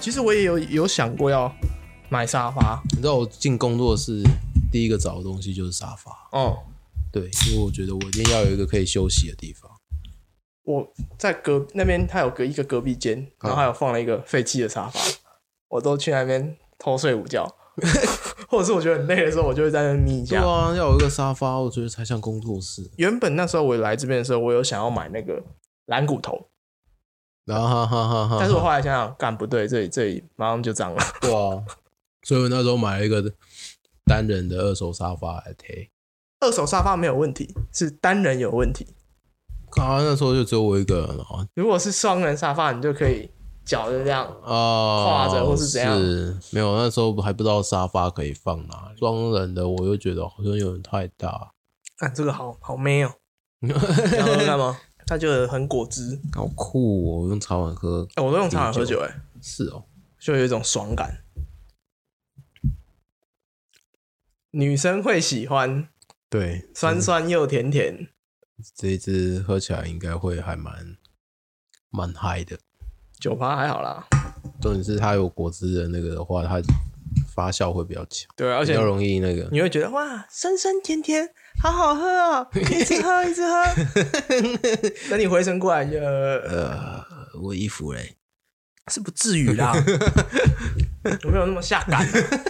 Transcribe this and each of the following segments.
其实我也有想过要买沙发。 你知道我进工作室第一个找的东西就是沙发。 哦， 对，因为我觉得我一定要有一个可以休息的地方。 我在那边，他有一个隔壁间，然后还有放了一个废弃的沙发，我都去那边偷睡午觉，或者是我觉得很累的时候，我就会在那边眯一下。 对啊，要有一个沙发，我觉得才像工作室。 原本那时候我来这边的时候，我有想要买那个蓝骨头，但是我后来想想，干不对，这里马上就脏了。 对啊，所以我那时候买了一个单人的二手沙发来贴。 二手沙发没有问题，是单人有问题。 那时候就只有我一个人了。 如果是双人沙发，你就可以脚就这样跨着，或是怎样。 是没有，那时候还不知道沙发可以放哪里。双人的我又觉得好像有点太大。 看这个好 man 哦，你要喝干嘛？它就很果汁， 好酷哦！我用茶碗喝， 我都用茶碗喝酒， 是哦， 就有一种爽感。女生会喜欢， 对， 酸酸又甜甜。 这一支喝起来应该会还蛮嗨的 ，9%还好啦。 重点是它有果汁的那个的话，它发酵会比较强， 对，而且比较容易那个， 你会觉得哇，酸酸甜甜，好好喝哦，一直喝一直喝。等你回神过来就我衣服嘞， 是不至于啦，有没有那么下感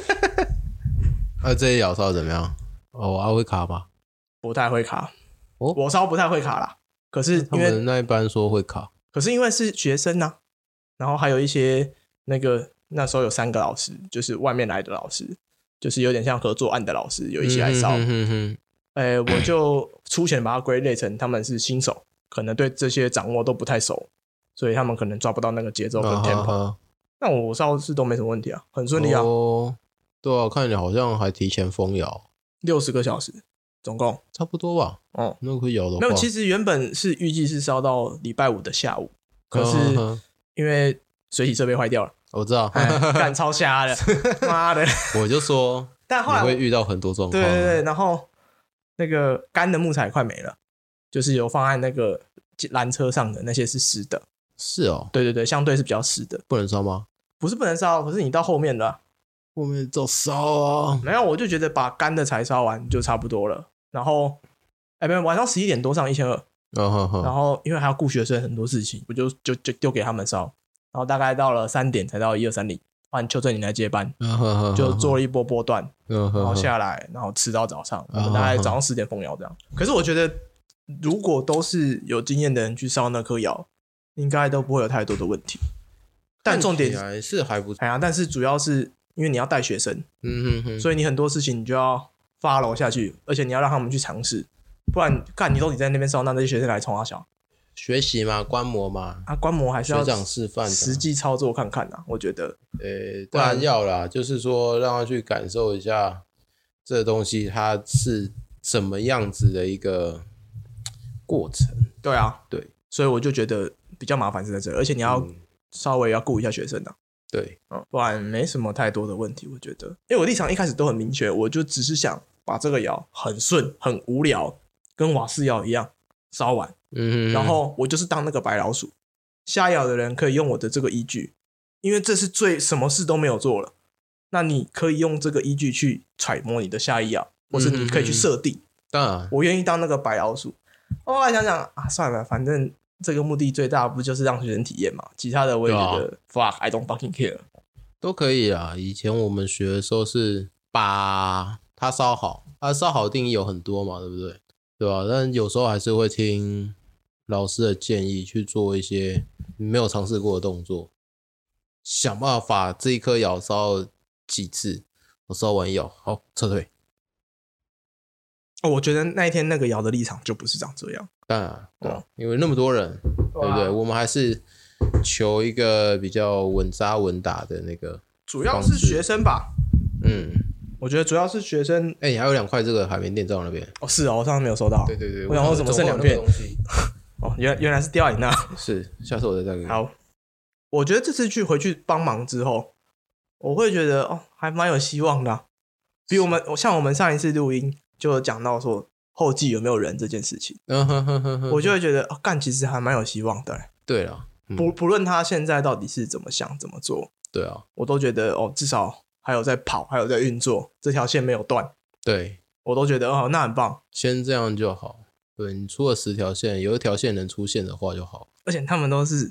这些咬烧怎么样？会卡吗？ 不太会卡。我烧不太会卡啦，可是因为他们那一般说会卡， 可是因为是学生啊，然后还有一些那时候有3个老师，就是外面来的老师，就是有点像合作案的老师，有一起来烧。我就粗浅把它归类成他们是新手，可能对这些掌握都不太熟，所以他们可能抓不到那个节奏跟 tempo。但我烧是都没什么问题啊，很顺利啊。 对啊，看你好像还提前封窑 60个小时。总共差不多吧，那个可以摇的话， 没有，其实原本是预计是烧到礼拜5的下午，可是因为水洗设备坏掉了， 我知道， 干超瞎的，妈的！ 我就说， 但后来你会遇到很多状况， 对，然后那个干的木材快没了，就是有放在那个缆车上的那些是湿的， 是哦， 对，相对是比较湿的， 不能烧吗？ 不是不能烧，可是你到后面了， 后面就烧啊， 没有，我就觉得把干的柴烧完就差不多了。然后，没有，晚上11点多上1200，然后因为还要顾学生很多事情，我就丢给他们烧，然后大概到了3点才到1230，换邱正宁来接班，就做了一波波段，然后下来，然后吃到早上，我们大概早上10点封窑这样。可是我觉得，如果都是有经验的人去烧那颗窑，应该都不会有太多的问题。但重点是还不错， 但是主要是因为你要带学生，所以你很多事情你就要follow下去，而且你要让他们去尝试，不然干你都你在那边烧，那些学生来冲他小学习嘛，观摩嘛， 观摩还是要学长示范， 实际操作看看啊。我觉得， 当然要啦，就是说让他去感受一下这东西它是什么样子的一个过程。 对啊， 对， 所以我就觉得比较麻烦是在这，而且你要稍微要顾一下学生啊。 对， 不然没什么太多的问题，我觉得。因为我立场一开始都很明确，我就只是想把这个窑很顺、很无聊，跟瓦斯窑一样烧完，然后我就是当那个白老鼠，下窑的人可以用我的这个依据，因为这是最什么事都没有做了，那你可以用这个依据去揣摩你的下一窑，或是你可以去设定。 当然， 我愿意当那个白老鼠。后来想想算了，反正这个目的最大不就是让学生体验嘛？其他的我也觉得fuck I don't fucking care， 都可以啊。以前我们学的时候是把它烧好，它烧好定义有很多嘛，对不对？对吧？但有时候还是会听老师的建议去做一些没有尝试过的动作，想办法把这一颗窑烧几次，我烧完窑好撤退。 我觉得那一天那个窑的立场就不是长这样。 当然，对，因为那么多人，对不对？我们还是求一个比较稳扎稳打的那个， 主要是学生吧。我觉得主要是学生。 你还有2块这个海绵垫在我那边。 是哦，我上次没有收到。 对， 我想说怎么剩2片？原来是掉你那。是， 下次我再带给你。 好，我觉得这次回去帮忙之后，我会觉得还蛮有希望的啊。比像我们上一次录音就有讲到说后继有没有人这件事情，我就会觉得干其实还蛮有希望的。 对了， 不论他现在到底是怎么想怎么做， 对啊， 我都觉得至少还有在跑，还有在运作，这条线没有断。 对， 我都觉得那很棒。 先这样就好。对，你出了10条线，有一条线能出现的话就好。 而且他们都是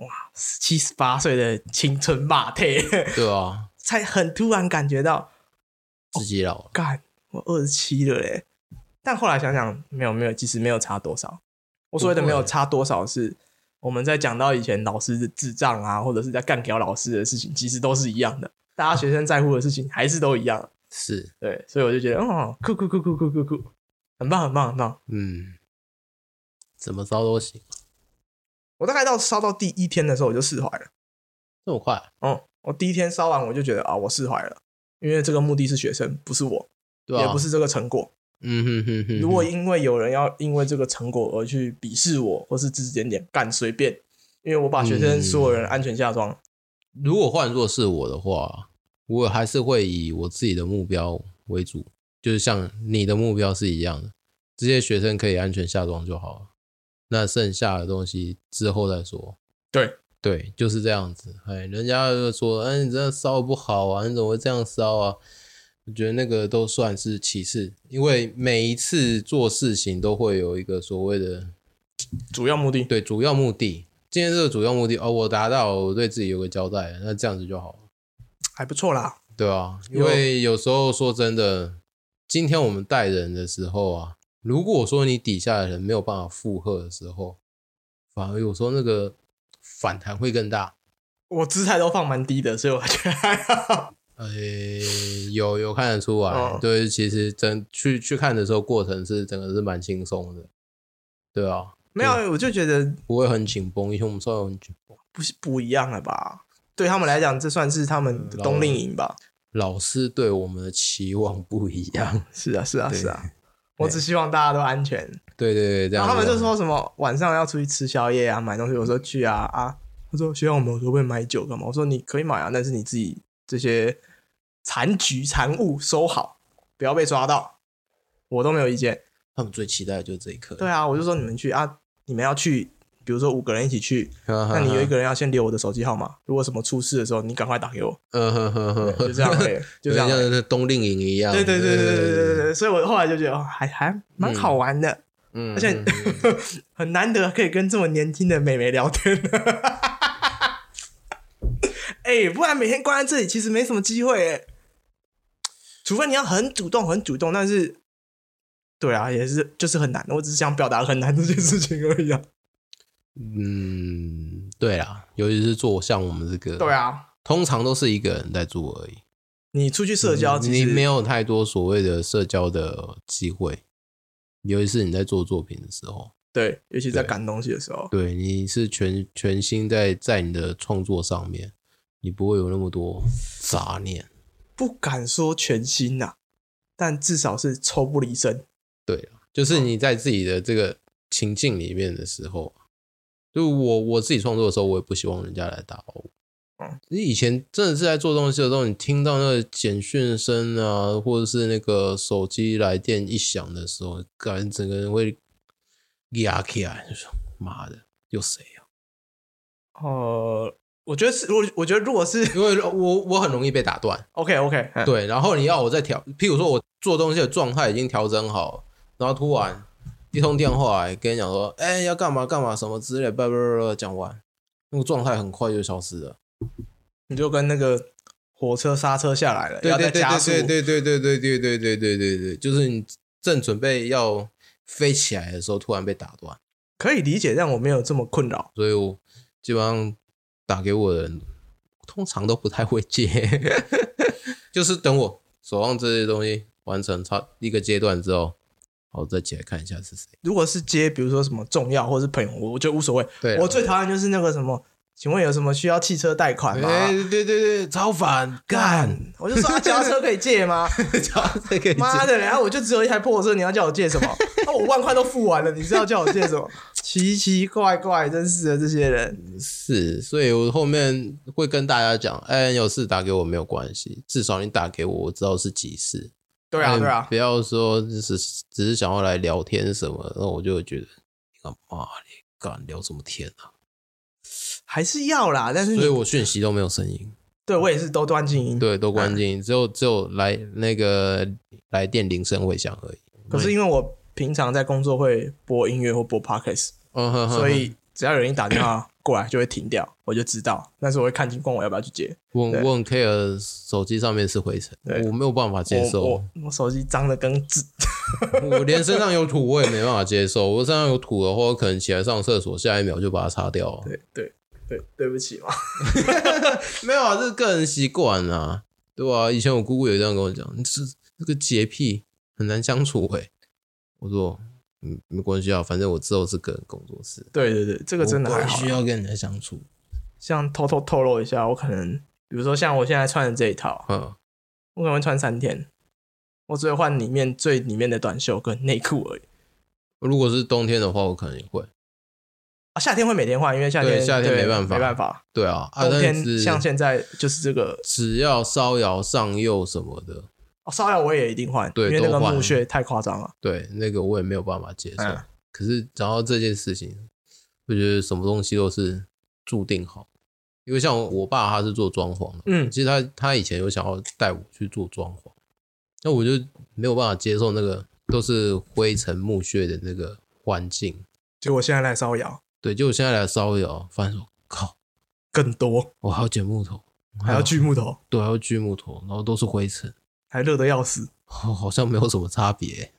17、18岁的青春马退， 对啊， 才很突然感觉到自己老了。 干，我27了嘞。但后来想想，没有，其实没有差多少。我所谓的没有差多少是，我们在讲到以前老师的智障啊，或者是在干掉老师的事情，其实都是一样的。大家学生在乎的事情还是都一样。 是， 对，所以我就觉得，酷，很棒。 怎么烧都行。 我大概烧到第1天的时候，我就释怀了。 这么快？ 我第1天烧完，我就觉得我释怀了，因为这个目的是学生，不是我， 对啊， 也不是这个成果。如果因为有人要因为这个成果而去鄙视我，或是指指点点，干随便，因为我把学生所有人安全下装。 如果换作是我的话，我还是会以我自己的目标为主，就是像你的目标是一样的，这些学生可以安全下装就好了，那剩下的东西之后再说。对，就是这样子。人家就说，你这样烧不好啊，你怎么会这样烧啊？我觉得那个都算是其次，因为每一次做事情都会有一个所谓的主要目的。 对，主要目的。今天这个主要目的我达到，我对自己有个交代，那这样子就好了， 还不错啦。 对啊，因为有时候说真的，今天我们带人的时候啊，如果说你底下的人没有办法负荷的时候，反而有时候那个反弹会更大。 我姿态都放蛮低的，所以我觉得还好。 有看得出来，对，其实去看的时候，过程是整个是蛮轻松的，对啊。 没有，我就觉得不会很紧绷，因为我们稍微很紧绷， 不一样了吧？对他们来讲，这算是他们的冬令营吧？ 老师对我们的期望不一样。 是啊。我只希望大家都安全。 对，这样。 然后他们就说什么晚上要出去吃宵夜啊，买东西。我说去啊。他说学校我们可不可以买酒干嘛？我说你可以买啊，但是你自己这些残局残物收好，不要被抓到。我都没有意见。 他们最期待的就是这一刻。 对啊，我就说你们去啊，你们要去，比如说5个人一起去，那你有1个人要先留我的手机号码，如果什么出事的时候，你赶快打给我。就这样而已，就这样， 像冬令营一样。 对，所以我后来就觉得还蛮好玩的，而且很难得可以跟这么年轻的妹妹聊天。不然每天关在这里其实没什么机会除非你要很主动，但是。对啊，也是就是很难，我只是想表达很难这件事情而已啊。 对啦，尤其是做像我们这个， 对啊， 通常都是一个人在做而已。 你出去社交， 你没有太多所谓的社交的机会，尤其是你在做作品的时候。 对，尤其在赶东西的时候。 对，你是全心在你的创作上面，你不会有那么多杂念。 不敢说全心啊，但至少是抽不离身。 对，就是你在自己的这个情境里面的时候，就我自己创作的时候，我也不希望人家来打扰我。你以前真的是在做东西的时候，你听到那个简讯声啊，或者是那个手机来电一响的时候，感觉整个人会压起来，就说妈的，有谁啊？ 我觉得是，我觉得如果是因为我很容易被打断。 OK， 对，然后你要我再调，譬如说我做东西的状态已经调整好了。然后突然一通电话来跟你讲说，要干嘛什么之类，讲完，那个状态很快就消失了。 你就跟那个火车刹车下来了，要再加速。 对，就是你正准备要飞起来的时候，突然被打断。 可以理解，但我没有这么困扰， 所以我基本上打给我的人，通常都不太会接，就是等我手上这些东西完成一个阶段之后。好，再起来看一下是谁。 如果是接，比如说什么重要或是朋友，我就无所谓。 对， 我最讨厌就是那个什么，请问有什么需要汽车贷款吗？ 对，超烦，干！ 我就说脚踏车可以借吗？ 脚踏车可以借？ 妈的，然后我就只有一台破车，你要叫我借什么？我1万块都付完了，你是要叫我借什么？奇奇怪怪，真是的，这些人是，所以我后面会跟大家讲，有事打给我没有关系，至少你打给我，我知道是几事。 对啊， 不要说只是想要来聊天什么，那我就觉得你干嘛你干聊什么天啊？ 还是要啦，但是所以我讯息都没有声音。 对，我也是都关静音。 对，都关静音，只有来电铃声会响而已。 可是因为我平常在工作会播音乐或播 podcast，所以只要有人一打电话过来就会停掉，我就知道。但是我会看情况，我要不要去接。 我很 care 手机上面是灰尘，我没有办法接受。 我手机脏的跟纸， 我连身上有土我也没办法接受。我身上有土的话，我可能起来上厕所，下一秒就把它擦掉了。 对不起嘛。 没有啊，这是个人习惯啊，对吧？以前我姑姑也这样跟我讲，你是这个洁癖很难相处欸。我说没关系啊，反正我之后是个人工作室。 对，这个真的还好， 需要跟人家相处。 像偷偷透露一下，我可能比如说像我现在穿的这一套，我可能会穿3天，我只会换最里面的短袖跟内裤而已。 如果是冬天的话，我可能也会。 夏天会每天换，因为夏天没办法。对啊， 冬天像现在就是这个， 只要搔痒上釉什么的， 搔痒我也一定换，因为那个木屑太夸张了。 对，那个我也没有办法接受。可是讲到这件事情，我觉得什么东西都是注定好，因为像我爸他是做装潢的，其实他以前有想要带我去做装潢，那我就没有办法接受那个都是灰尘木屑的那个环境。 结果现在来搔痒。 对，就我现在来搔痒，发现说靠， 更多， 我还要捡木头， 还要锯木头， 对，还要锯木头，然后都是灰尘， 还热得要死， 好像没有什么差别，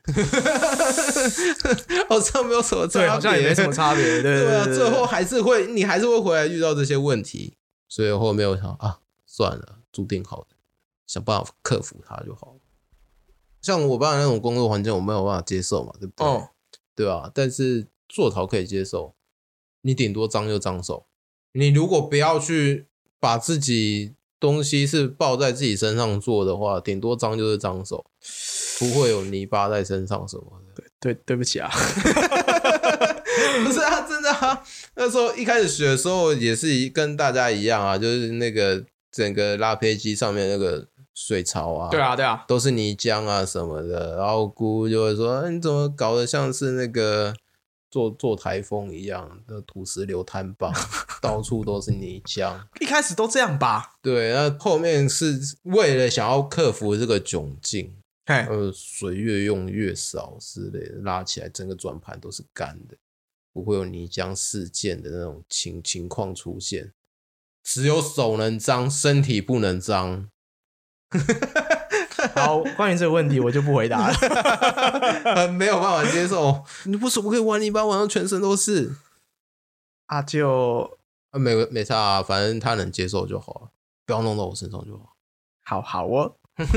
好像没有什么差别， 对，好像也没什么差别，对啊，最后你还是会回来遇到这些问题，所以后面我想啊，算了，注定好的，想办法克服它就好了。像我爸那种工作环境，我没有办法接受嘛，对不对？对吧？但是做陶可以接受。你顶多脏就脏手，你如果不要去把自己东西是抱在自己身上做的话，顶多脏就是脏手，不会有泥巴在身上什么的。 对不起啊。 不是啊，真的啊，那时候一开始学的时候也是跟大家一样啊，就是那个整个拉坯机上面那个水槽啊， 对啊， 都是泥浆啊什么的，然后姑就会说，你怎么搞得像是那个做台风一样的土石流摊棒，到处都是泥浆。 一开始都这样吧？ 对，那后面是为了想要克服这个窘境，水越用越少之类的，拉起来整个转盘都是干的，不会有泥浆事件的那种情况出现。只有手能脏，身体不能脏。 好，关于这个问题我就不回答了。 没有办法接受。你为什么可以玩泥巴玩到全身都是？ 啊，就没差啊，反正他能接受就好了，不要弄到我身上就好。 好哦。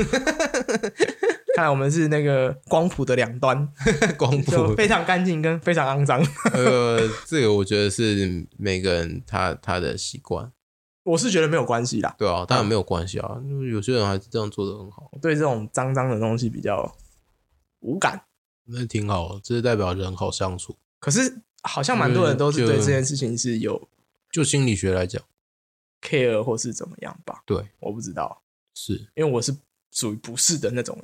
看来我们是那个光谱的两端， 光谱就非常干净跟非常肮脏。 这个我觉得是每个人他的习惯。 我是觉得没有关系啦。 对啊，当然没有关系啊，有些人还是这样做得很好。 对这种脏的东西比较无感， 那挺好，这是代表人好相处。 可是好像蛮多人都是对这件事情是有， 就心理学来讲 care 或是怎么样吧。 对， 我不知道， 是因为我是属于不是的那种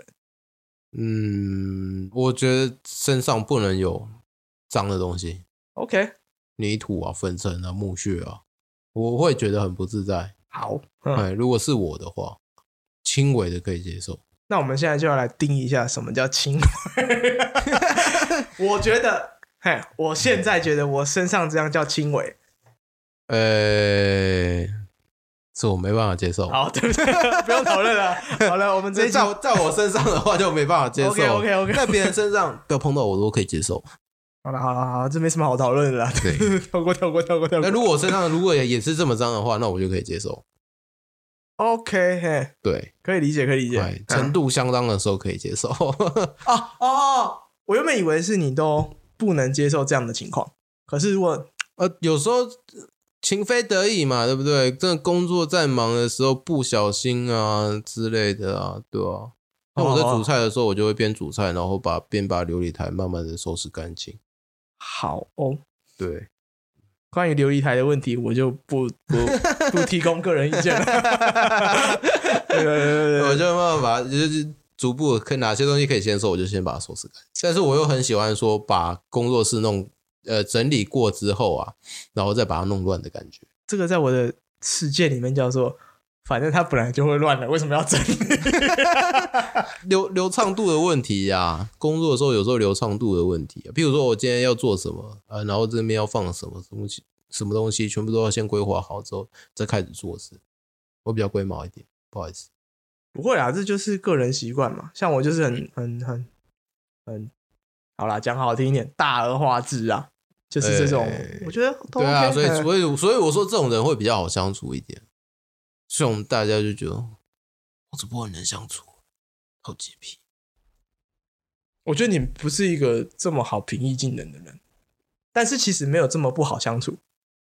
人。我觉得身上不能有脏的东西。 OK， 泥土啊、粉尘啊、木屑啊，我会觉得很不自在。 好， 如果是我的话，轻微的可以接受。 那我们现在就要来定义一下什么叫轻微。我觉得，我现在觉得我身上这样叫轻微。 这我没办法接受。 好，对不对？不用讨论了。好了，我们这一集在我身上的话就没办法接受。 OK， 在别人身上不要碰到我都可以接受。 好了，这没什么好讨论的啦。 对， 跳过。 那如果我身上如果也是这么脏的话，那我就可以接受。 OK， 对， 可以理解。 程度相当的时候可以接受。 我原本以为是你都不能接受这样的情况，可是如果有时候情非得已嘛，对不对？真的工作在忙的时候不小心啊之类的啊，对啊。那我在煮菜的时候，我就会边煮菜，然后边把琉璃台慢慢的收拾干净。 好哦， 对， 关于琉璃台的问题，我就不提供个人意见了。对， 我就慢慢把就是逐步哪些东西可以先收，我就先把它收拾干净。但是我又很喜欢说把工作室整理过之后啊，然后再把它弄乱的感觉。 这个在我的世界里面叫做反正它本来就会乱的，为什么要整理？ 流畅度的问题啊，工作的时候有时候流畅度的问题啊。譬如说我今天要做什么然后这边要放什么东西，全部都要先规划好之后再开始做事。我比较龟毛一点，不好意思。 不会啦，这就是个人习惯嘛。像我就是很好啦，讲好听一点，大而化之啊，就是这种，我觉得都 OK。对啊，所以我说这种人会比较好相处一点。这种大家就觉得我怎么很能相处，好洁癖。 我觉得你不是一个这么好平易近人的人，但是其实没有这么不好相处。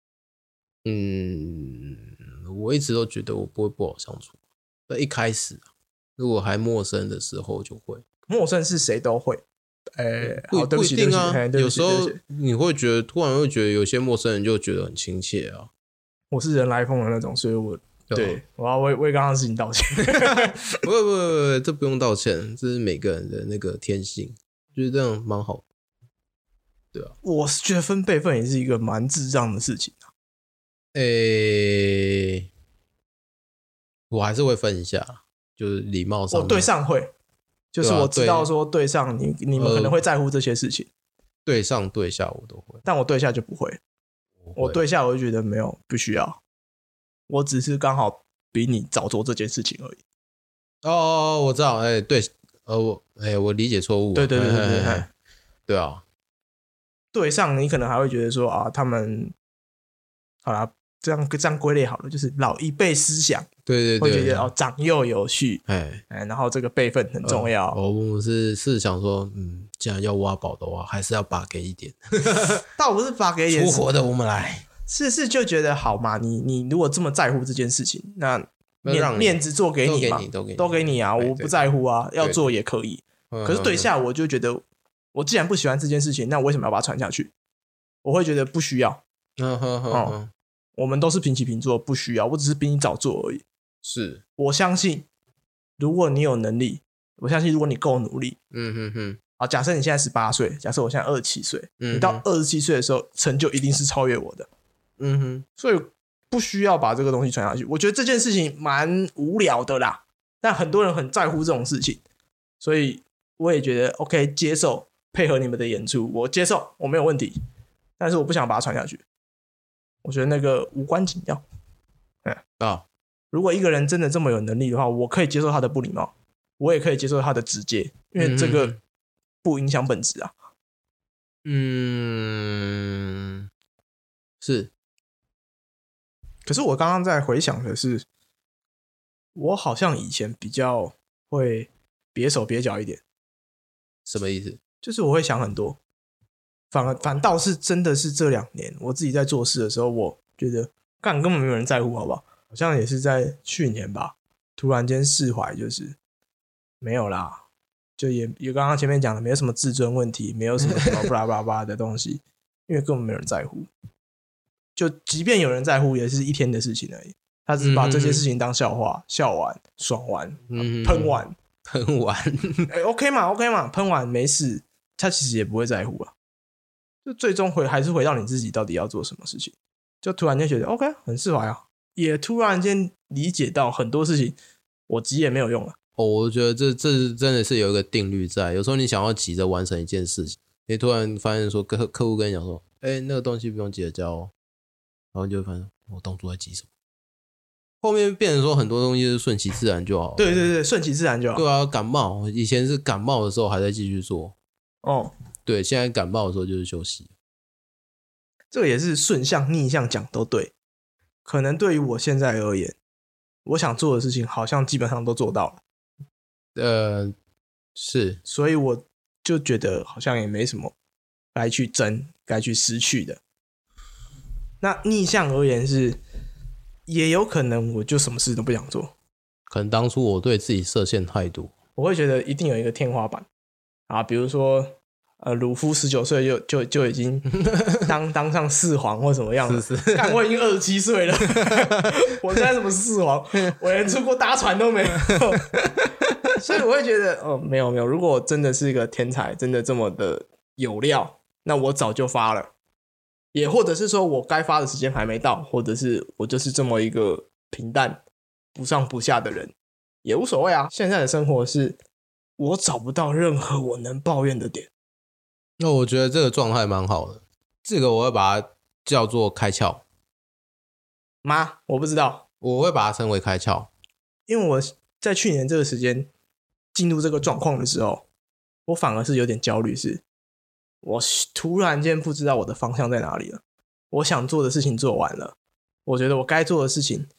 我一直都觉得我不会不好相处。一开始如果还陌生的时候就会。 陌生是谁都会。 不一定啊。有时候你会觉得突然会觉得有些陌生人就觉得很亲切啊。 我是人来疯的那种，所以我要为刚刚的事情道歉。 不，这不用道歉，这是每个人的那个天性，我觉得这样蛮好。对啊， 我是觉得分辈分也是一个蛮智障的事情啊。 我还是会分一下，就是礼貌上面。 我对上会，就是我知道说对上你们可能会在乎这些事情。 对上对下我都会， 但我对下就不会。我对下我就觉得没有，不需要。我只是刚好比你早做这件事情而已。 我知道，对，我理解错误。 对， 对啊。 对上你可能还会觉得说啊，他们好啦，这样归类好了，就是老一辈思想。 对， 会觉得长幼有序。然后这个辈分很重要。 我是想说，既然要挖宝的话，还是要把给一点。 倒不是把给一点， 出活的我们来。 是就觉得好嘛，你如果这么在乎这件事情，那面子做给你嘛，都给你啊，我不在乎啊，要做也可以。可是对下我就觉得，我既然不喜欢这件事情，那我为什么要把它传下去？我会觉得不需要。我们都是平起平坐，不需要，我只是比你早做而已。 是， 我相信，如果你有能力，我相信如果你够努力，好，假设你现在18岁，假设我现在27岁，你到27岁的时候，成就一定是超越我的。所以不需要把这个东西传下去。我觉得这件事情蛮无聊的啦，但很多人很在乎这种事情，所以我也觉得 OK， 接受配合你们的演出，我接受，我没有问题，但是我不想把它传下去。我觉得那个无关紧要。如果一个人真的这么有能力的话，我可以接受他的不礼貌，我也可以接受他的直接，因为这个不影响本质啊。 是。 可是我刚刚在回想的是，我好像以前比较会别手别脚一点。 什么意思？ 就是我会想很多，反倒是真的是这2年我自己在做事的时候，我觉得根本没有人在乎，好不好？好像也是在去年吧，突然间释怀，就是没有啦，就也刚刚前面讲的，没有什么自尊问题，没有什么布拉布拉布拉的东西，因为根本没有人在乎。就即便有人在乎，也是一天的事情而已。他只是把这些事情当笑话，笑完、爽完、喷完，OK 嘛，喷完没事，他其实也不会在乎啊。就最终还是回到你自己到底要做什么事情，就突然间觉得 OK 很释怀啊，也突然间理解到很多事情我急也没有用了。 我觉得这真的是有一个定律在，有时候你想要急着完成一件事情，你突然发现说客户跟你讲说，那个东西不用急着交哦。然后你就会发现我当初在急什么，后面变成说很多东西是顺其自然就好。 对，顺其自然就好。 对啊，感冒以前是感冒的时候还在继续做，对，现在感冒的时候就是休息。 这个也是顺向逆向讲都对。可能对于我现在而言，我想做的事情好像基本上都做到了。是， 所以我就觉得好像也没什么该去争、该去失去的。那逆向而言是，也有可能我就什么事都不想做。 可能当初我对自己设限太多， 我会觉得一定有一个天花板啊，比如说鲁夫19岁就已经当上四皇或什么样子，干我已经27岁了，我现在什么四皇，我连出国搭船都没有。所以我会觉得没有，如果我真的是一个天才，真的这么的有料，那我早就发了。也或者是说我该发的时间还没到，或者是我就是这么一个平淡不上不下的人，也无所谓啊。现在的生活是我找不到任何我能抱怨的点。 那我觉得这个状态蛮好的，这个我会把它叫做开窍吗？我不知道， 我会把它称为开窍， 因为我在去年这个时间进入这个状况的时候，我反而是有点焦虑，是我突然间不知道我的方向在哪里了。我想做的事情做完了，我觉得我该做的事情，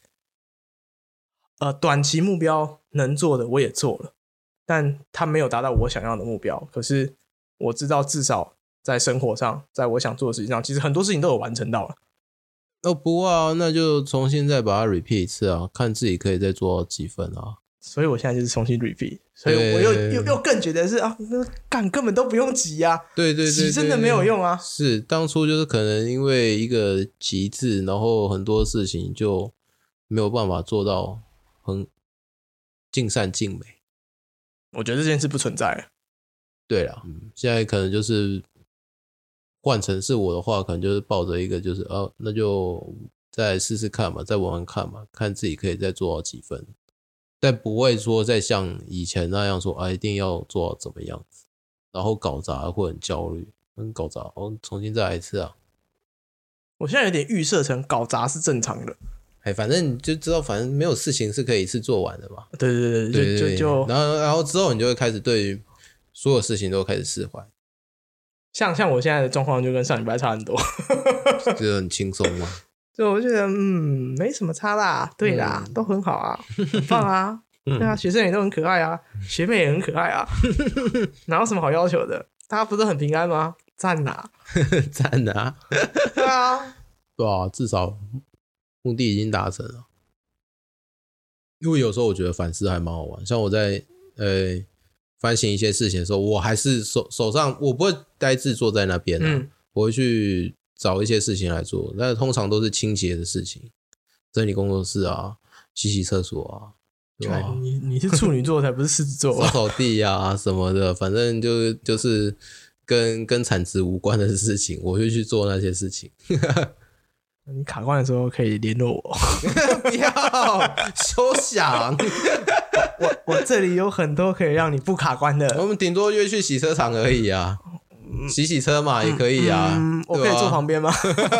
短期目标能做的我也做了，但它没有达到我想要的目标。可是我知道，至少在生活上，在我想做的事情上，其实很多事情都有完成到了。 不啊，那就重新再把它 repeat 一次啊，看自己可以再做到几分啊。 所以我现在就是重新 repeat， 所以我又更觉得是啊，根本都不用急啊， 对， 急真的没有用啊。 是当初就是可能因为一个急字，然后很多事情就没有办法做到很尽善尽美。 我觉得这件事不存在了。 对啦，现在可能就是换成是我的话，可能就是抱着一个就是那就再试试看嘛，再玩玩看嘛，看自己可以再做到几分。但不会说再像以前那样说一定要做到怎么样子，然后搞砸会很焦虑，搞砸重新再来一次啊。 我现在有点预设成搞砸是正常的， 反正你就知道，反正没有事情是可以一次做完的嘛。 对，就然后之后你就会开始对于所有事情都开始释怀。 像我现在的状况就跟上礼拜差很多， 就很轻松嘛。 就我觉得没什么差啦，对啦，都很好啊，很棒啊，对啊，学生也都很可爱啊，学妹也很可爱啊，哪有什么好要求的？大家不是很平安吗？赞啊赞啊对啊， 对啊，至少目的已经达成了。因为有时候我觉得反思还蛮好玩，像我在反省一些事情的时候，我还是手上我不会呆滞坐在那边啊，我会去找一些事情来做，但是通常都是清洁的事情，整理工作室啊，洗厕所啊，对吧？ 你是处女座才不是狮子座啊， 扫地啊什么的，反正就是跟产值无关的事情，我就去做那些事情。 你卡关的时候可以联络我。 不要休想。 我这里有很多可以让你不卡关的。 我们顶多约去洗车场而已啊，洗车嘛也可以啊。 我可以坐旁边吗？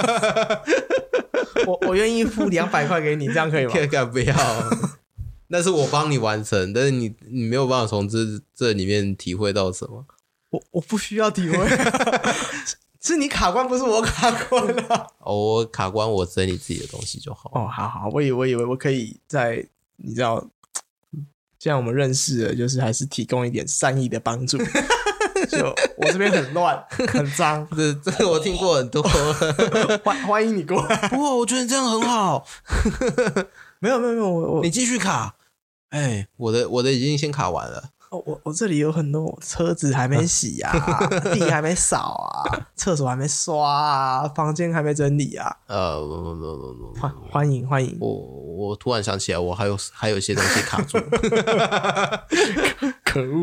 我愿意付200块给你，这样可以吗？ 不要，那是我帮你完成，但是你没有办法从这里面体会到什么。 我不需要体会。是你卡关，不是我卡关啊。 我卡关，我整理自己的东西就好。 好，我以为我可以在你知道，既然我们认识了，就是还是提供一点善意的帮助。就我这边很乱很脏， 这个我听过很多。 欢迎你过来。 不过我觉得这样很好。 没有， 你继续卡。我的已经先卡完了。 我这里有很多车子还没洗啊，地还没扫啊，厕所还没刷啊，房间还没整理啊。欢迎。 我突然想起来，我还有一些东西卡住。 可恶。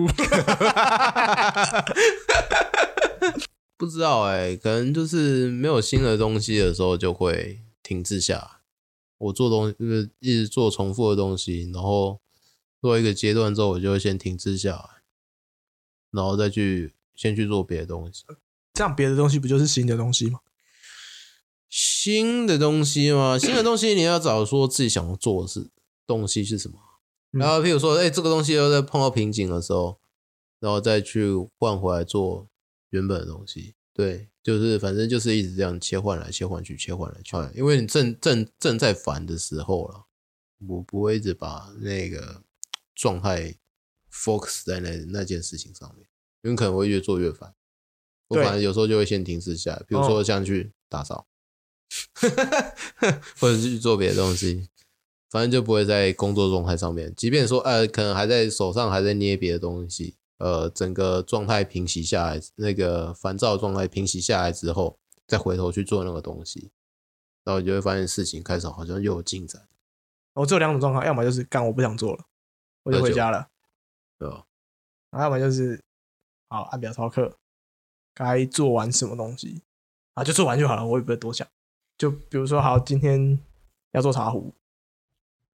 不知道可能就是没有新的东西的时候就会停滞下来。我做东西就是一直做重复的东西，然后做一个阶段之后，我就会先停滞下来，然后再先去做别的东西。 这样别的东西不就是新的东西吗？ 新的东西吗？新的东西你要找说自己想做的东西是什么。然后譬如说这个东西又在碰到瓶颈的时候，然后再去换回来做原本的东西。对，就是反正就是一直这样切换来切换去，切换来切换。因为你正在烦的时候了，我不会一直把那个状态 focus 在那件事情上面，因为可能会越做越烦。我反正有时候就会先停止下来，比如说像去打扫，或者是去做别的东西，反正就不会在工作状态上面。即便说可能还在手上还在捏别的东西，整个状态平息下来，那个烦躁状态平息下来之后，再回头去做那个东西，然后你就会发现事情开始好像又有进展。 我只有2种状况，要么就是我不想做了，我就回家了， 对吧？ 然后要么就是好按表操课，该做完什么东西就做完就好了，我也不会多想。就比如说好，今天要做茶壶，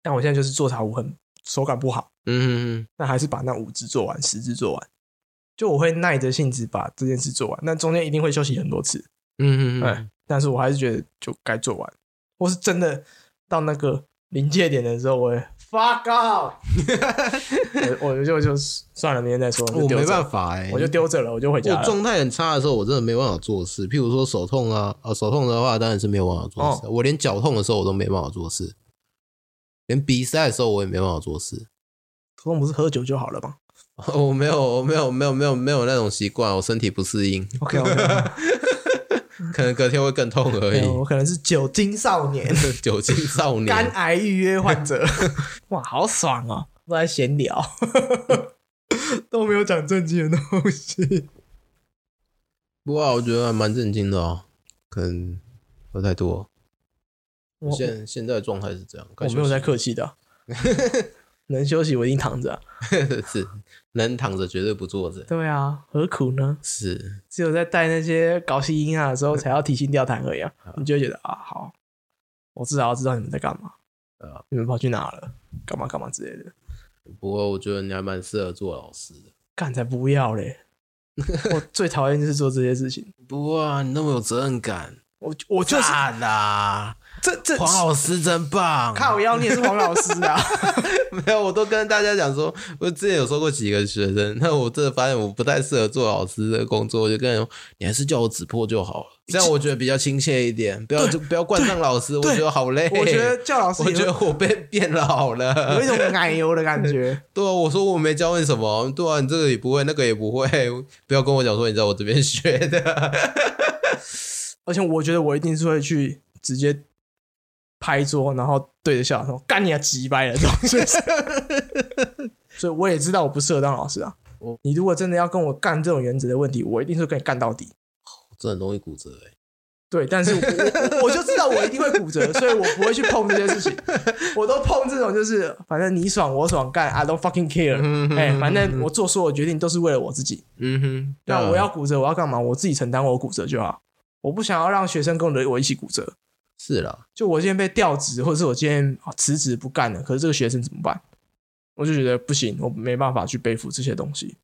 但我现在就是做茶壶手感不好，但还是把那5支做完10支做完，就我会耐着性子把这件事做完，但中间一定会休息很多次，但是我还是觉得就该做完，或是真的到那个临界点的时候，我会 fuck off 我就算了，明天再说。 我没办法我就丢着了，我就回家了。 我状态很差的时候，我真的没办法做事。譬如说手痛啊，手痛的话当然是没有办法做事。我连脚痛的时候我都没办法做事，连比赛的时候我也没办法做事。 手痛不是喝酒就好了吗？ 我没有那种习惯，我身体不适应。 OK， 可能隔天会更痛而已。 我可能是酒精少年， 酒精少年， 肝癌预约患者。哇，好爽哦！都在闲聊，都没有讲正经的东西。 不过我觉得还蛮正经的哦，可能喝太多。现在的状态是这样， 我没有在客气的啊。能休息我一定躺着啊。 是，能躺着绝对不坐着。 对啊，何苦呢？ 是， 只有在带那些搞西音啊的时候才要提心吊胆而已啊。你就会觉得啊，好，我至少要知道你们在干嘛，你们跑去哪了，干嘛干嘛之类的。 不过我觉得你还蛮适合做老师的。 干才不要嘞！我最讨厌就是做这些事情。 不过啊，你那么有责任感， 我就是赞啊！ 这黄老师真棒！ 靠腰，你也是黄老师啊？ 没有，我都跟大家讲说，我之前有说过几个学生，那我真的发现我不太适合做老师的工作，我就跟人说，你还是叫我指破就好了，这样我觉得比较亲切一点，不要冠上老师，我觉得好累。 我觉得叫老师， 我觉得我变老了， 有一种奶油的感觉。 对啊，我说我没教你什么，对啊，你这个也不会，那个也不会，不要跟我讲说你在我这边学的。 而且我觉得我一定是会去直接拍桌，然后对着校长说：“干你啊，鸡掰了！”这种学生，所以我也知道我不适合当老师啊。你如果真的要跟我干这种原则的问题，我一定是跟你干到底。 这很容易骨折欸。 对，但是我就知道我一定会骨折，所以我不会去碰这些事情。我都碰这种就是反正你爽我爽干 ，I don't fucking care。反正我做所有决定都是为了我自己。那我要骨折，我要干嘛？我自己承担我骨折就好。我不想要让学生跟我一起骨折。 是啦，就我今天被调职，或者是我今天辞职不干了，可是这个学生怎么办？我就觉得不行，我没办法去背负这些东西。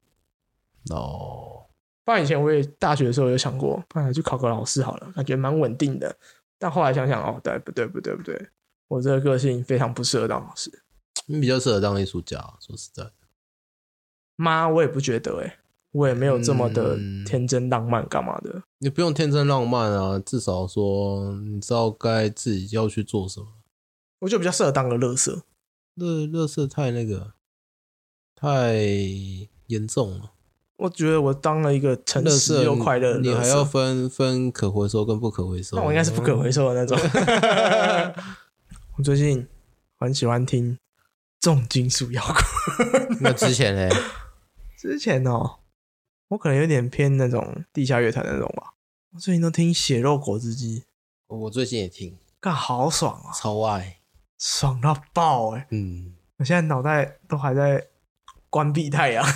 不然以前我也大学的时候有想过，不然去考个老师好了，感觉蛮稳定的。但后来想想，对，不对，我这个个性非常不适合当老师。 你比较适合当艺术家，说实在的。 妈，我也不觉得我也没有这么的天真浪漫干嘛的。 你不用天真浪漫啊，至少说你知道该自己要去做什么。 我就比较适合当个垃圾。 垃圾太那个太严重了。我觉得我当了一个诚实又快乐的垃圾， 你还要分可回收跟不可回收。 那我应该是不可回收的那种。我最近很喜欢听重金属摇滚。 那之前呢？ 之前我可能有点偏那种地下乐团那种吧。我最近都听血肉果汁机。 我最近也听， 干好爽啊， 超爱， 爽到爆我现在脑袋都还在关闭太阳。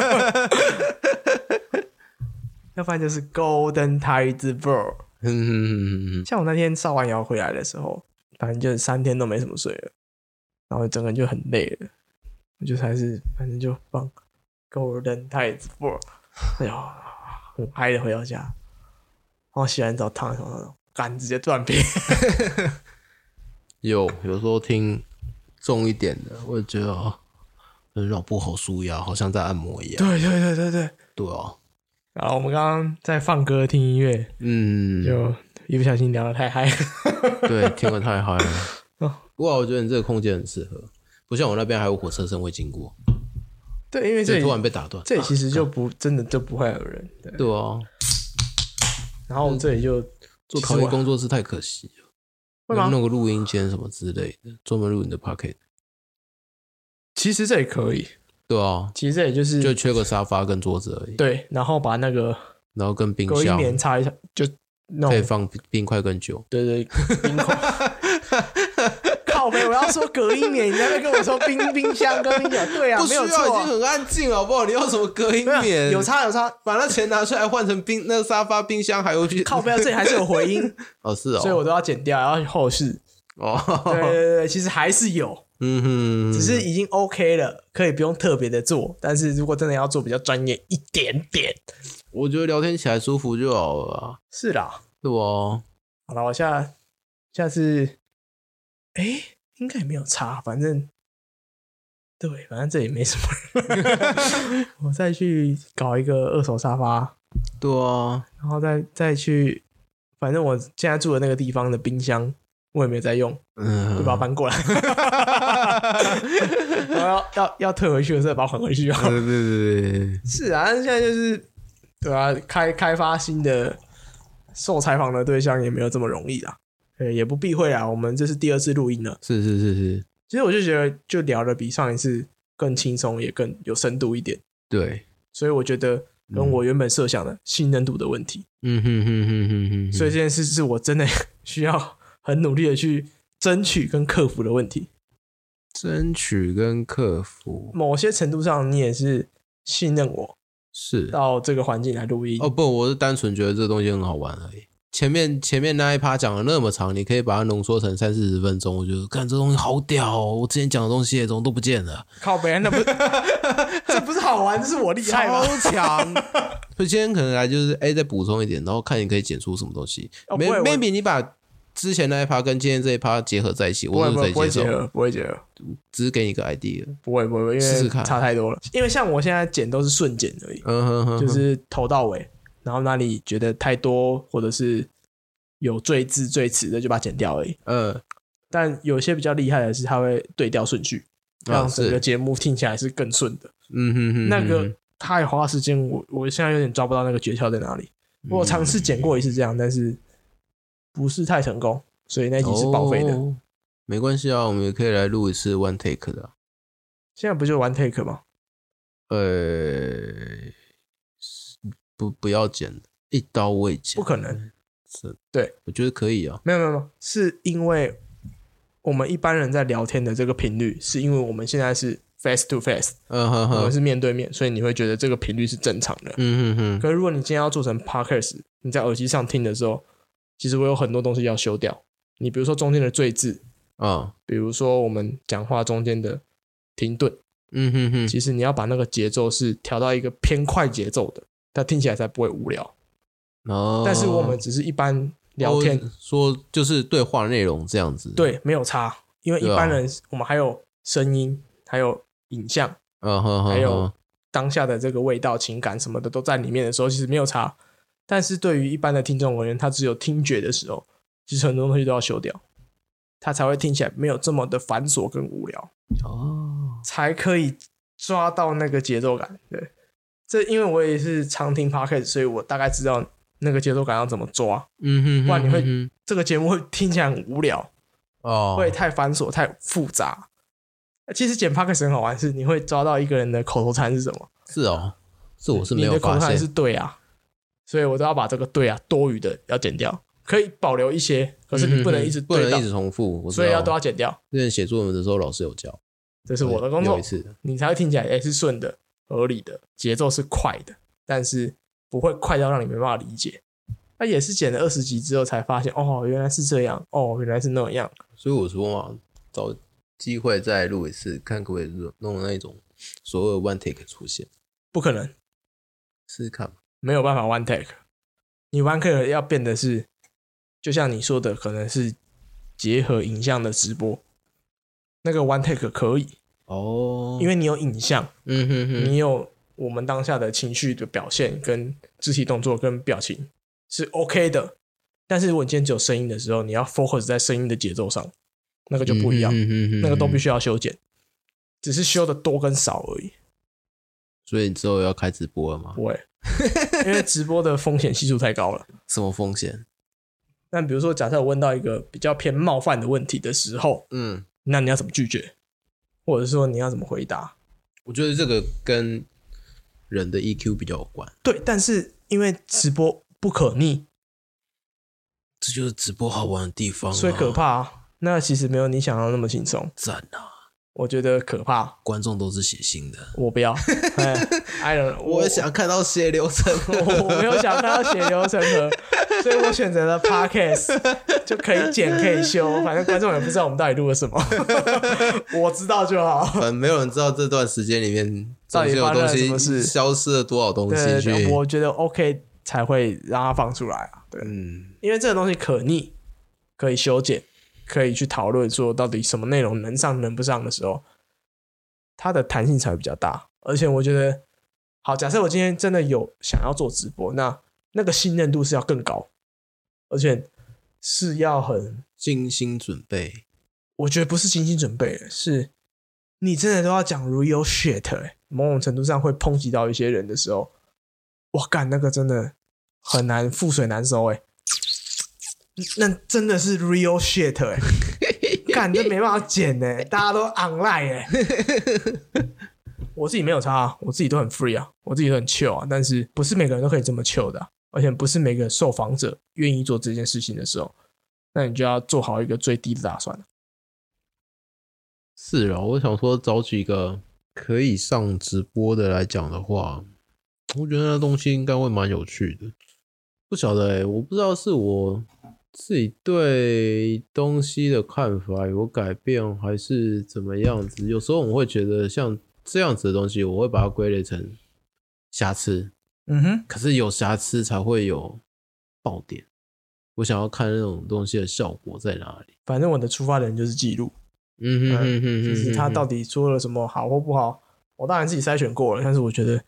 要不然就是 Golden Tides Ball。像我那天烧完窑回来的时候，反正就3天都没什么睡了，然后整个人就很累了，我就还是反正就放 Golden Tides Ball。哎呦，很嗨的回到家，然后洗完澡躺在床上，干直接断片。 有时候听重一点的，我觉得脑部好舒压，好像在按摩一样。对啊。 然后我们刚刚在放歌听音乐，就一不小心聊得太嗨。 对，听得太嗨了。不过我觉得你这个空间很适合，不像我那边还有火车声会经过。 对，因为这里突然被打断， 这里其实就真的就不会有人。 对啊。 然后这里就做陶艺工作室太可惜了， 会吗？ 弄个录音间什么之类的，专门录你的 Podcast。 其实这也可以。 对啊， 其实这里就缺个沙发跟桌子而已。 对，然后把那个， 然后跟冰箱隔音棉插一下，就可以放冰块更久。 对，冰块。靠北，我要说隔音棉，你在那边跟我说冰箱跟冰箱，对啊， 不需要， 没有错， 已经很安静好不好？你要什么隔音棉？ 有差， 把那钱拿出来换成那个沙发、冰箱，还有去靠北，这里还是有回音。 是哦， 所以我都要剪掉，然后后续。 对，其实还是有，只是已经 OK 了，可以不用特别的做。但是如果真的要做比较专业一点点， 我觉得聊天起来舒服就好了啊。 是啦， 对哦。 好了，我下次，应该也没有差，反正这也没什么。我再去搞一个2手沙发， 对啊， 然后再去，反正我现在住的那个地方的冰箱我也没有在用，就把它搬过来。然后要退回去的时候把它还回去。 对， 是啊，现在就是对啊，开发新的受采访的对象也没有这么容易啦。也不避讳啊，我们这是第2次录音了。 是。 其实我就觉得，就聊的比上一次更轻松，也更有深度一点。 对， 所以我觉得跟我原本设想的信任度的问题。所以这件事是我真的需要很努力的去争取跟克服的问题。 争取跟克服， 某些程度上，你也是信任我， 是到这个环境来录音。 不，我是单纯觉得这个东西很好玩而已。前面那一趴讲了那么长，你可以把它浓缩成30-40分钟，我觉得看这东西好屌哦！我之前讲的东西怎么都不见了。 靠北，那不是这不是好玩，这是我厉害吧？ 超强。所以今天可能来就是再补充一点，然后看你可以剪出什么东西。maybe 你把之前那一趴跟今天这一趴结合在一起，我都可以接受。 不会结合， 只是给你一个 idea。 不会，因为试试看差太多了。因为像我现在剪都是顺剪而已，就是头到尾。然后哪里觉得太多或者是有赘字赘词的就把它剪掉而已。但有些比较厉害的是他会对调顺序，让整个节目听起来是更顺的。那个太花时间，我现在有点抓不到那个诀窍在哪里。我尝试剪过一次这样，但是不是太成功，所以那集是报废的。 没关系啊，我们也可以来录一次 one take 的。 现在不就 one take 吗？ 不要剪，一刀未剪， 不可能。 是， 对， 我觉得可以啊。 没有，是因为我们一般人在聊天的这个频率，是因为我们现在是 face to face， 我们是面对面，所以你会觉得这个频率是正常的。可是如果你今天要做成 podcast， 你在耳机上听的时候，其实我有很多东西要修掉。你比如说中间的赘字，比如说我们讲话中间的停顿，其实你要把那个节奏是调到一个偏快节奏的，它听起来才不会无聊。但是我们只是一般聊天， 说就是对话内容这样子， 对，没有差，因为一般人我们还有声音，还有影像，还有当下的这个味道、情感什么的都在里面的时候，其实没有差。但是对于一般的听众而言，他只有听觉的时候，其实很多东西都要修掉，他才会听起来没有这么的繁琐跟无聊，才可以抓到那个节奏感。对，这因为我也是常听 podcast， 所以我大概知道那个节奏感要怎么抓。不然你会这个节目会听起来很无聊，会太繁琐、太复杂。其实剪 podcast 很好玩，是你会抓到一个人的口头禅是什么。 是哦，这我是没有发现。 你的口头禅是对啊，所以我都要把这个对啊多余的要剪掉，可以保留一些，可是你不能一直对到， 不能一直重复， 所以都要剪掉。 之前写作文的时候老师有教， 这是我的工作，你才会听起来是顺的、合理的，节奏是快的，但是不会快到让你没办法理解。那也是剪了20集之后才发现，原来是这样，原来是那样。 所以我说嘛，找机会再录一次，看可不可以弄那种所有 one take 出现。 不可能， 试试看， 没有办法 one take。你 one take 要变的是，就像你说的，可能是结合影像的直播，那个 one take 可以因为你有影像，你有我们当下的情绪的表现跟肢体动作跟表情是 OK 的。但是如果你今天只有声音的时候，你要 focus 在声音的节奏上，那个就不一样，那个都必须要修剪，只是修的多跟少而已。 所以你之后要开直播了吗？ 不会，因为直播的风险系数太高了。 什么风险？ 那比如说，假设我问到一个比较偏冒犯的问题的时候，那你要怎么拒绝，或者说你要怎么回答？ 我觉得这个跟人的 EQ 比较有关。 对，但是因为直播不可逆， 这就是直播好玩的地方所以可怕那其实没有你想要那么轻松。 赞啊！ 我觉得可怕。 观众都是血腥的， 我不要。 我想看到血流成河。 我没有想看到血流成河，所以我选择了 Podcast， 就可以剪可以修，反正观众也不知道我们到底录了什么。我知道就好。 反正没有人知道这段时间里面到底发生了什么事，消失了多少东西。 对，我觉得 OK 才会让它放出来啊。对，因为这个东西可逆，可以修剪。可以去讨论说到底什么内容能上能不上的时候，它的弹性才会比较大。而且我觉得，好，假设我今天真的有想要做直播，那个信任度是要更高，而且是要很精心准备。 我觉得不是精心准备，是你真的都要讲 real shit，某种程度上会抨击到一些人的时候，哇干，那个真的很难覆水难收那真的是 real shit 干这没办法剪大家都 online 我自己没有差我自己都很 free 啊，我自己都很 chill 啊，但是不是每个人都可以这么 chill 的而且不是每个受访者愿意做这件事情的时候，那你就要做好一个最低的打算。 是啊，我想说找几个可以上直播的来讲的话，我觉得那东西应该会蛮有趣的。不晓得我不知道是我自己对东西的看法有改变还是怎么样子，有时候我会觉得像这样子的东西我会把它归类成瑕疵，可是有瑕疵才会有爆点，我想要看那种东西的效果在哪里。 反正我的出发点就是记录，就是他到底说了什么好或不好，我当然自己筛选过了，但是我觉得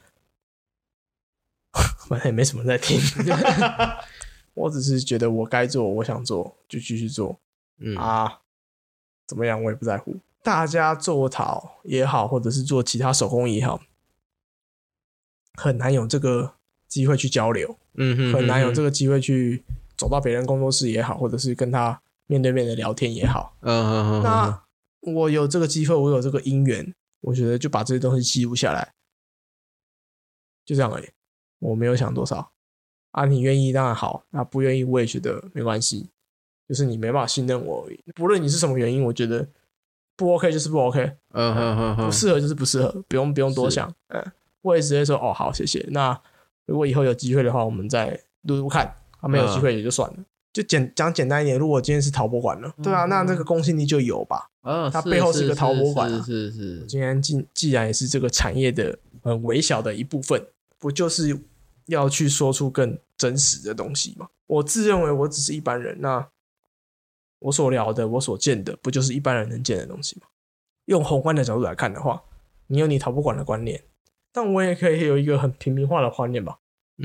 反正也没什么人在听我只是觉得我该做我想做就继续做怎么样我也不在乎。大家做陶也好或者是做其他手工也好，很难有这个机会去交流，很难有这个机会去走到别人工作室也好，或者是跟他面对面的聊天也好，那我有这个机会，我有这个因缘，我觉得就把这些东西记录下来，就这样而已。我没有想多少你愿意当然好，那不愿意我也觉得没关系，就是你没办法信任我而已。不论你是什么原因，我觉得不 OK 就是不 OK，不适合就是不适合，不用多想。我也直接说好谢谢。那如果以后有机会的话，我们再录录看。没有机会也就算了。就讲简单一点，如果今天是陶博馆了，对啊，那这个公信力就有吧。它背后是一个陶博馆是。 今天既然也是这个产业的很微小的一部分，不就是要去说出更真实的东西吗？我自认为我只是一般人，那我所聊的我所见的不就是一般人能见的东西吗？用宏观的角度来看的话，你有你陶博馆的观念，但我也可以有一个很平民化的观念吧。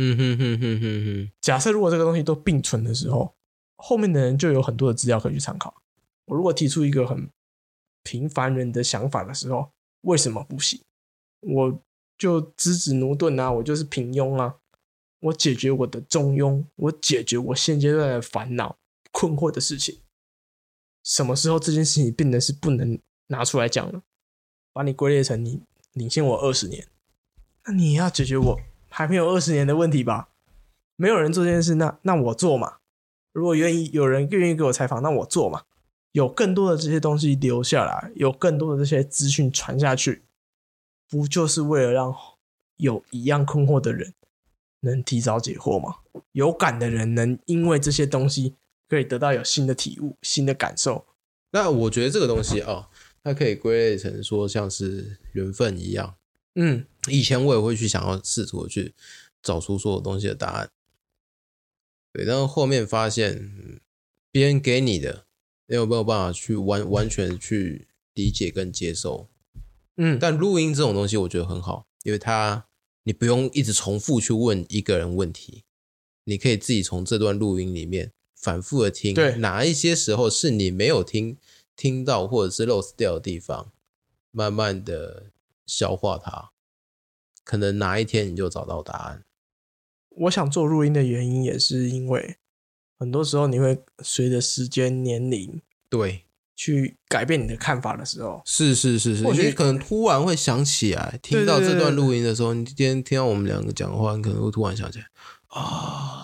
假设如果这个东西都并存的时候，后面的人就有很多的资料可以去参考。我如果提出一个很平凡人的想法的时候，为什么不行？我就支持奴钝啊，我就是平庸啊，我解决我的中庸，我解决我现阶段的烦恼困惑的事情。什么时候这件事情变得是不能拿出来讲了？把你归类成你领先我20年，那你也要解决我还没有20年的问题吧？没有人做这件事，那我做嘛。如果有人愿意给我采访，那我做嘛。有更多的这些东西留下来，有更多的这些资讯传下去，不就是为了让有一样困惑的人能提早解惑吗？有感的人能因为这些东西可以得到有新的体悟、新的感受。 那我觉得这个东西它可以归类成说像是缘分一样。以前我也会去想要试图去找出所有东西的答案，对，但是后面发现别人给你的没有办法去完全去理解跟接受。但录音这种东西我觉得很好，因为你不用一直重复去问一个人问题，你可以自己从这段录音里面反复的听，哪一些时候是你没有听到或者是 lost 掉的地方，慢慢的消化它，可能哪一天你就找到答案。 我想做录音的原因也是因为很多时候你会随着时间年龄对去改变你的看法的时候， 是你可能突然会想起来，听到这段录音的时候，你今天听到我们两个讲话，你可能会突然想起来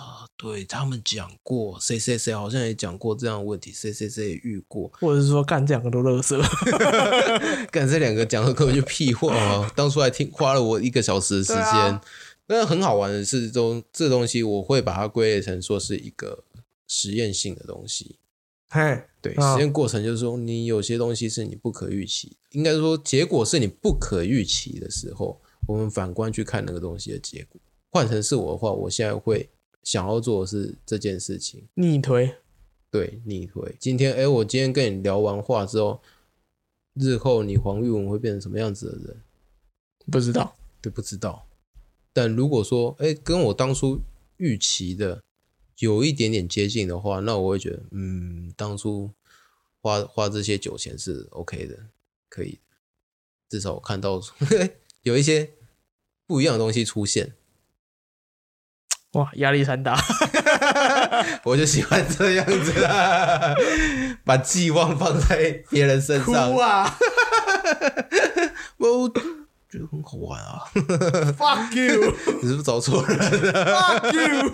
对他们讲过，谁谁谁好像也讲过这样的问题，谁谁谁也遇过， 或者是说干这两个都垃圾， 干这两个讲的根本就屁话啊！当初还花了我1个小时的时间。但很好玩的是，这东西我会把它归类成说是一个实验性的东西。 嘿， 对，实验过程就是说，你有些东西是你不可预期，应该说结果是你不可预期的时候，我们反观去看那个东西的结果。换成是我的话，我现在会想要做的是这件事情， 逆推。 对，逆推。我今天跟你聊完话之后，日后你黄玉文会变成什么样子的人？ 不知道， 对，不知道。但如果说，跟我当初预期的有一点点接近的话，那我会觉得，当初花这些酒钱是 OK 的，可以的。至少我看到有一些不一样的东西出现。 哇，压力山大。 我就喜欢这样子啦，把寄望放在别人身上。 哭啊！ 我觉得很好玩啊。 Fuck you！ 你是不是找错人了 ？Fuck you！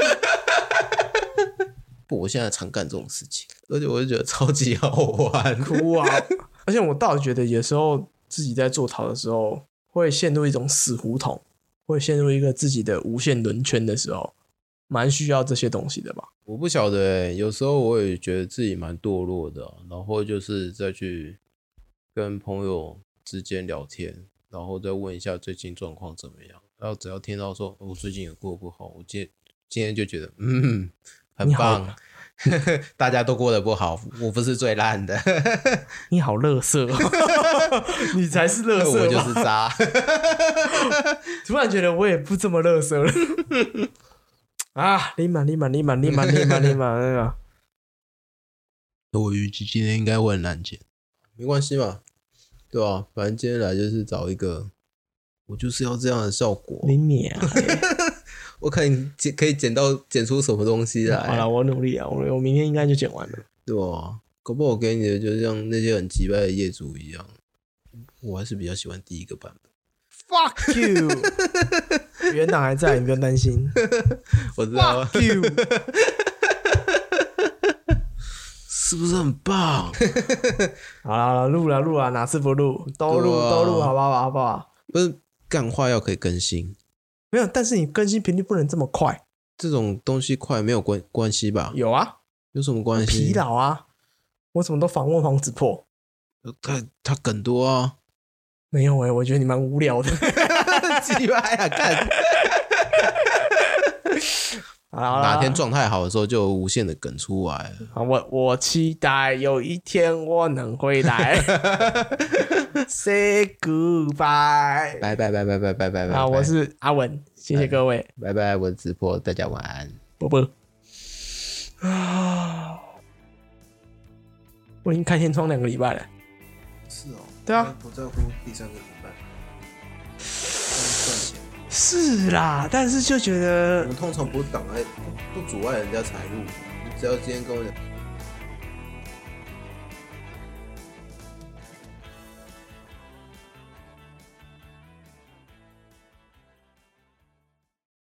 不，我现在常干这种事情，而且我就觉得超级好玩。 哭啊！而且我倒觉得有时候自己在做陶的时候，会陷入一种死胡同，会陷入一个自己的无限轮圈的时候，蛮需要这些东西的吧。 我不晓得有时候我也觉得自己蛮堕落的然后就是再去跟朋友之间聊天，然后再问一下最近状况怎么样。然后只要听到说我最近也过不好，我今天就觉得很棒。大家都过得不好，我不是最烂的。 你好垃圾你才是垃圾， 我就是渣。 突然觉得我也不这么垃圾了。啊！立马！ 我预计今天应该会很难剪，没关系嘛，对吧？反正今天来就是找一个，我就是要这样的效果。 你娘！ 我看你可以剪出什么东西来。 好了，我努力啊！我明天应该就剪完了， 对吧？搞不好我给你的就像那些很击败的业主一样，我还是比较喜欢第一个版本。 Fuck you！ 原档还在，你不用担心。 我知道。 Fuck you！ 是不是很棒？ 好了，录了，哪次不录？都录，好不好？ 不是干话要可以更新， 没有，但是你更新频率不能这么快。 这种东西快没有关系吧？ 有啊， 有什么关系？ 疲劳啊！我怎么都访问黄子破， 他梗多啊。 没有我觉得你蛮无聊的。 鸡掰啊！看，哪天状态好的时候，就有无限的梗出来了。 我期待有一天我能回来。Say goodbye， 拜。 好，我是阿文，谢谢各位， 拜拜，我是直播，大家晚安， 啵啵。啊，我已经开天窗2个礼拜了。 是哦。 对啊， 不在乎第3个礼拜， 是啦，但是就觉得我们通常不阻碍人家财路，你只要今天跟我讲。